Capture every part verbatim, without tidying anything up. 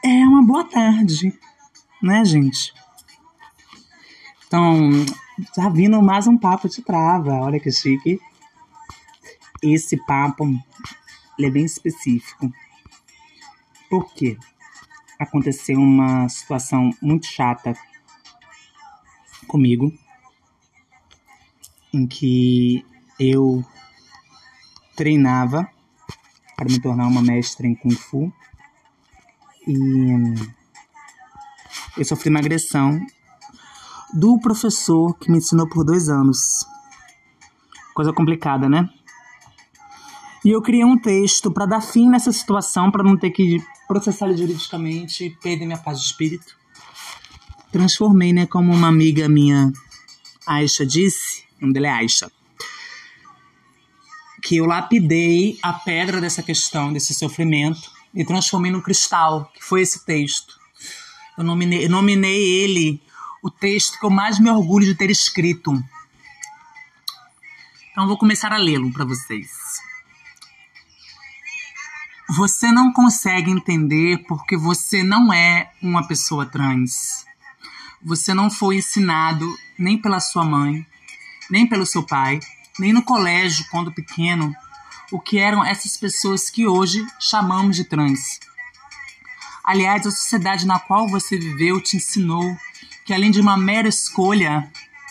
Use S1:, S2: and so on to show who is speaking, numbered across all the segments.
S1: é uma boa tarde, né, gente? Então, tá vindo mais um papo de trava, olha que chique. Esse papo, ele é bem específico. Por quê? Aconteceu uma situação muito chata comigo, em que eu treinava para me tornar uma mestra em Kung Fu e eu sofri uma agressão do professor que me ensinou por dois anos. Coisa complicada, né? E eu criei um texto para dar fim nessa situação, para não ter que processar ele juridicamente e perder minha paz de espírito. Transformei, né, como uma amiga minha, Aisha, disse, o nome dela é Aisha, que eu lapidei a pedra dessa questão, desse sofrimento, e transformei num cristal, que foi esse texto. Eu nominei, eu nominei ele o texto que eu mais me orgulho de ter escrito. Então vou começar a lê-lo para vocês. Você não consegue entender porque você não é uma pessoa trans. Você não foi ensinado nem pela sua mãe, nem pelo seu pai, nem no colégio, quando pequeno, o que eram essas pessoas que hoje chamamos de trans. Aliás, a sociedade na qual você viveu te ensinou que, além de uma mera escolha,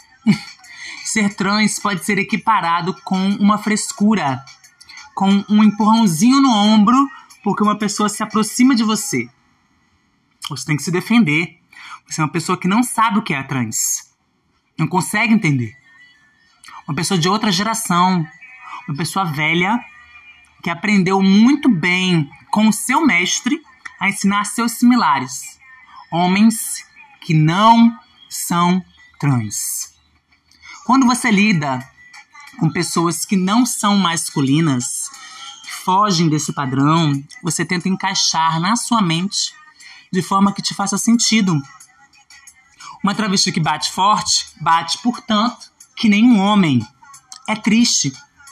S1: ser trans pode ser equiparado com uma frescura, com um empurrãozinho no ombro, porque uma pessoa se aproxima de você. Você tem que se defender. Você é uma pessoa que não sabe o que é a trans. Não consegue entender. Uma pessoa de outra geração. Uma pessoa velha que aprendeu muito bem com o seu mestre a ensinar seus similares. Homens que não são trans. Quando você lida com pessoas que não são masculinas, que fogem desse padrão, você tenta encaixar na sua mente de forma que te faça sentido. Uma travesti que bate forte, bate, portanto, que nem um homem. É triste.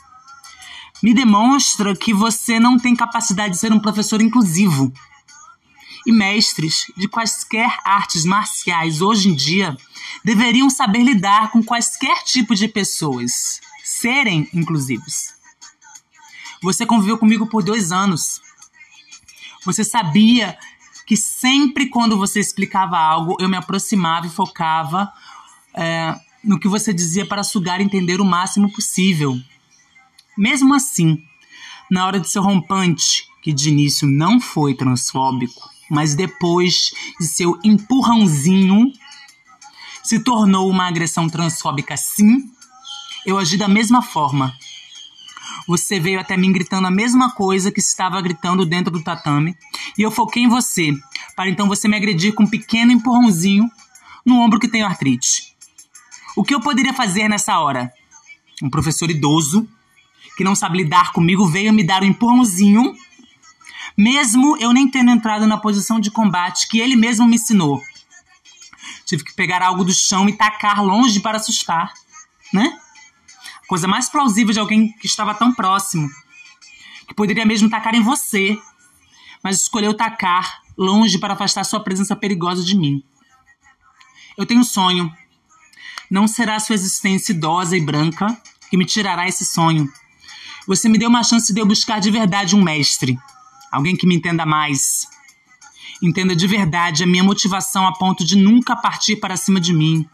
S1: Me demonstra que você não tem capacidade de ser um professor inclusivo. E mestres de quaisquer artes marciais hoje em dia deveriam saber lidar com quaisquer tipo de pessoas, serem inclusivos. Você conviveu comigo por dois anos. Você sabia que sempre quando você explicava algo, eu me aproximava e focava é, no que você dizia para sugar e entender o máximo possível. Mesmo assim, na hora de seu rompante, que de início não foi transfóbico, mas depois de seu empurrãozinho se tornou uma agressão transfóbica sim, eu agi da mesma forma. Você veio até mim gritando a mesma coisa que estava gritando dentro do tatame, e eu foquei em você, para então você me agredir com um pequeno empurrãozinho no ombro que tem artrite. O que eu poderia fazer nessa hora? Um professor idoso, que não sabe lidar comigo, veio me dar um empurrãozinho, mesmo eu nem tendo entrado na posição de combate que ele mesmo me ensinou. Tive que pegar algo do chão e tacar longe para assustar, né? Coisa mais plausível de alguém que estava tão próximo, que poderia mesmo tacar em você, mas escolheu tacar longe para afastar sua presença perigosa de mim. Eu tenho um sonho. Não será sua existência idosa e branca que me tirará esse sonho. Você me deu uma chance de eu buscar de verdade um mestre, alguém que me entenda mais, entenda de verdade a minha motivação a ponto de nunca partir para cima de mim,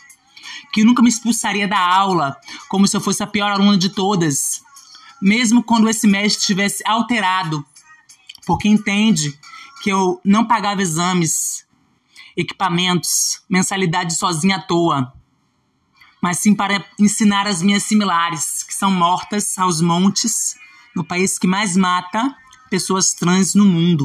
S1: que nunca me expulsaria da aula como se eu fosse a pior aluna de todas, mesmo quando esse mestre estivesse alterado, porque entende que eu não pagava exames, equipamentos, mensalidade sozinha à toa, mas sim para ensinar as minhas similares, que são mortas aos montes, no país que mais mata pessoas trans no mundo.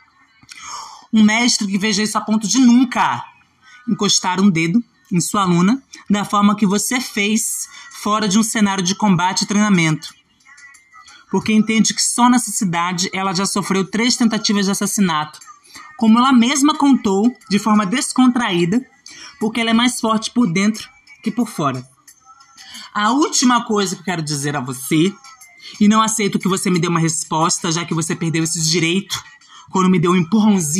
S1: Um mestre que veja isso a ponto de nunca encostar um dedo em sua aluna da forma que você fez fora de um cenário de combate e treinamento. Porque entende que só nessa cidade ela já sofreu três tentativas de assassinato, como ela mesma contou de forma descontraída, porque ela é mais forte por dentro que por fora. A última coisa que eu quero dizer a você, e não aceito que você me dê uma resposta, já que você perdeu esse direito quando me deu um empurrãozinho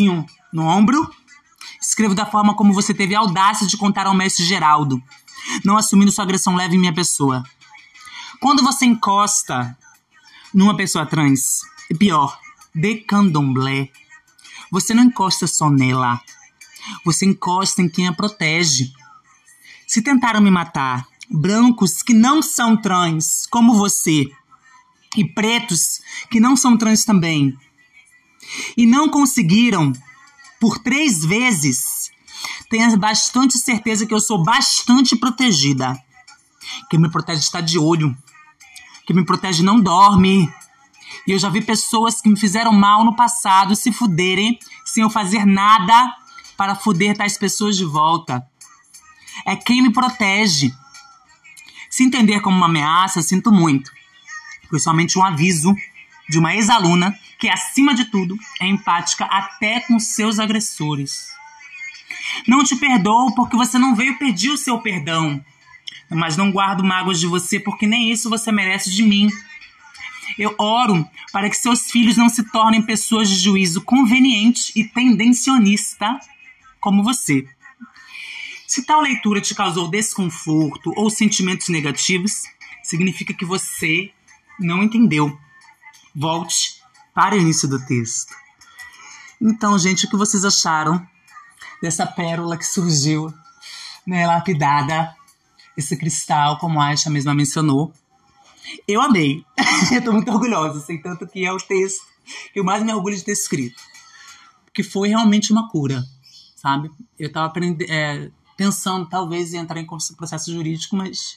S1: no ombro. Escrevo da forma como você teve a audácia de contar ao mestre Geraldo, não assumindo sua agressão leve em minha pessoa. Quando você encosta numa pessoa trans, e pior, de candomblé, você não encosta só nela. Você encosta em quem a protege. Se tentaram me matar, brancos que não são trans, como você, e pretos que não são trans também, e não conseguiram por três vezes, tenha bastante certeza que eu sou bastante protegida. Quem me protege está de olho. Quem me protege não dorme. E eu já vi pessoas que me fizeram mal no passado se fuderem sem eu fazer nada para fuder tais pessoas de volta. É quem me protege. Se entender como uma ameaça, sinto muito. Foi somente um aviso de uma ex-aluna que, acima de tudo, é empática até com seus agressores. Não te perdoo porque você não veio pedir o seu perdão, mas não guardo mágoas de você porque nem isso você merece de mim. Eu oro para que seus filhos não se tornem pessoas de juízo conveniente e tendencionista como você. Se tal leitura te causou desconforto ou sentimentos negativos, significa que você não entendeu. Volte para o início do texto. Então, gente, o que vocês acharam dessa pérola que surgiu, né, lapidada, esse cristal, como a Aisha mesma mencionou? Eu amei. Eu tô muito orgulhosa, assim, tanto que é o texto que eu mais me orgulho de ter escrito. Porque foi realmente uma cura, sabe? Eu tava é, pensando, talvez, em entrar em processo jurídico, mas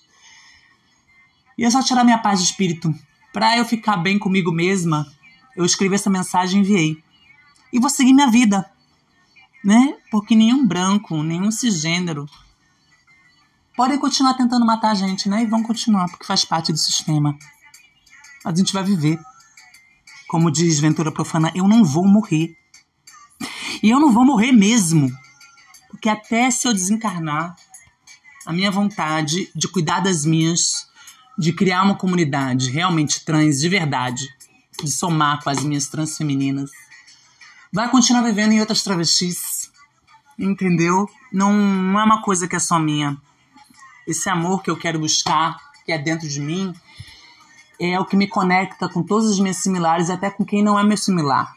S1: ia só tirar minha paz de espírito. Pra eu ficar bem comigo mesma, eu escrevi essa mensagem e enviei. E vou seguir minha vida, né? Porque nenhum branco, nenhum cisgênero podem continuar tentando matar a gente, né? E vão continuar, porque faz parte do sistema. Mas a gente vai viver. Como diz Ventura Profana, eu não vou morrer. E eu não vou morrer mesmo. Porque até se eu desencarnar, a minha vontade de cuidar das minhas, de criar uma comunidade realmente trans, de verdade, de somar com as minhas trans femininas, vai continuar vivendo em outras travestis. Entendeu? Não, não é uma coisa que é só minha. Esse amor que eu quero buscar, que é dentro de mim, é o que me conecta com todas as minhas similares e até com quem não é meu similar.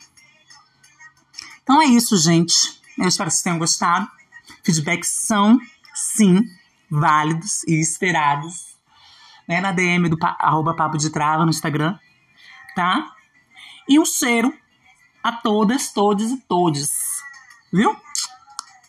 S1: Então é isso, gente. Eu espero que vocês tenham gostado. Feedbacks são, sim, válidos e esperados. Né? Na D M do arroba Papo de Trava no Instagram. Tá? E um cheiro a todas, todos e todes. Viu?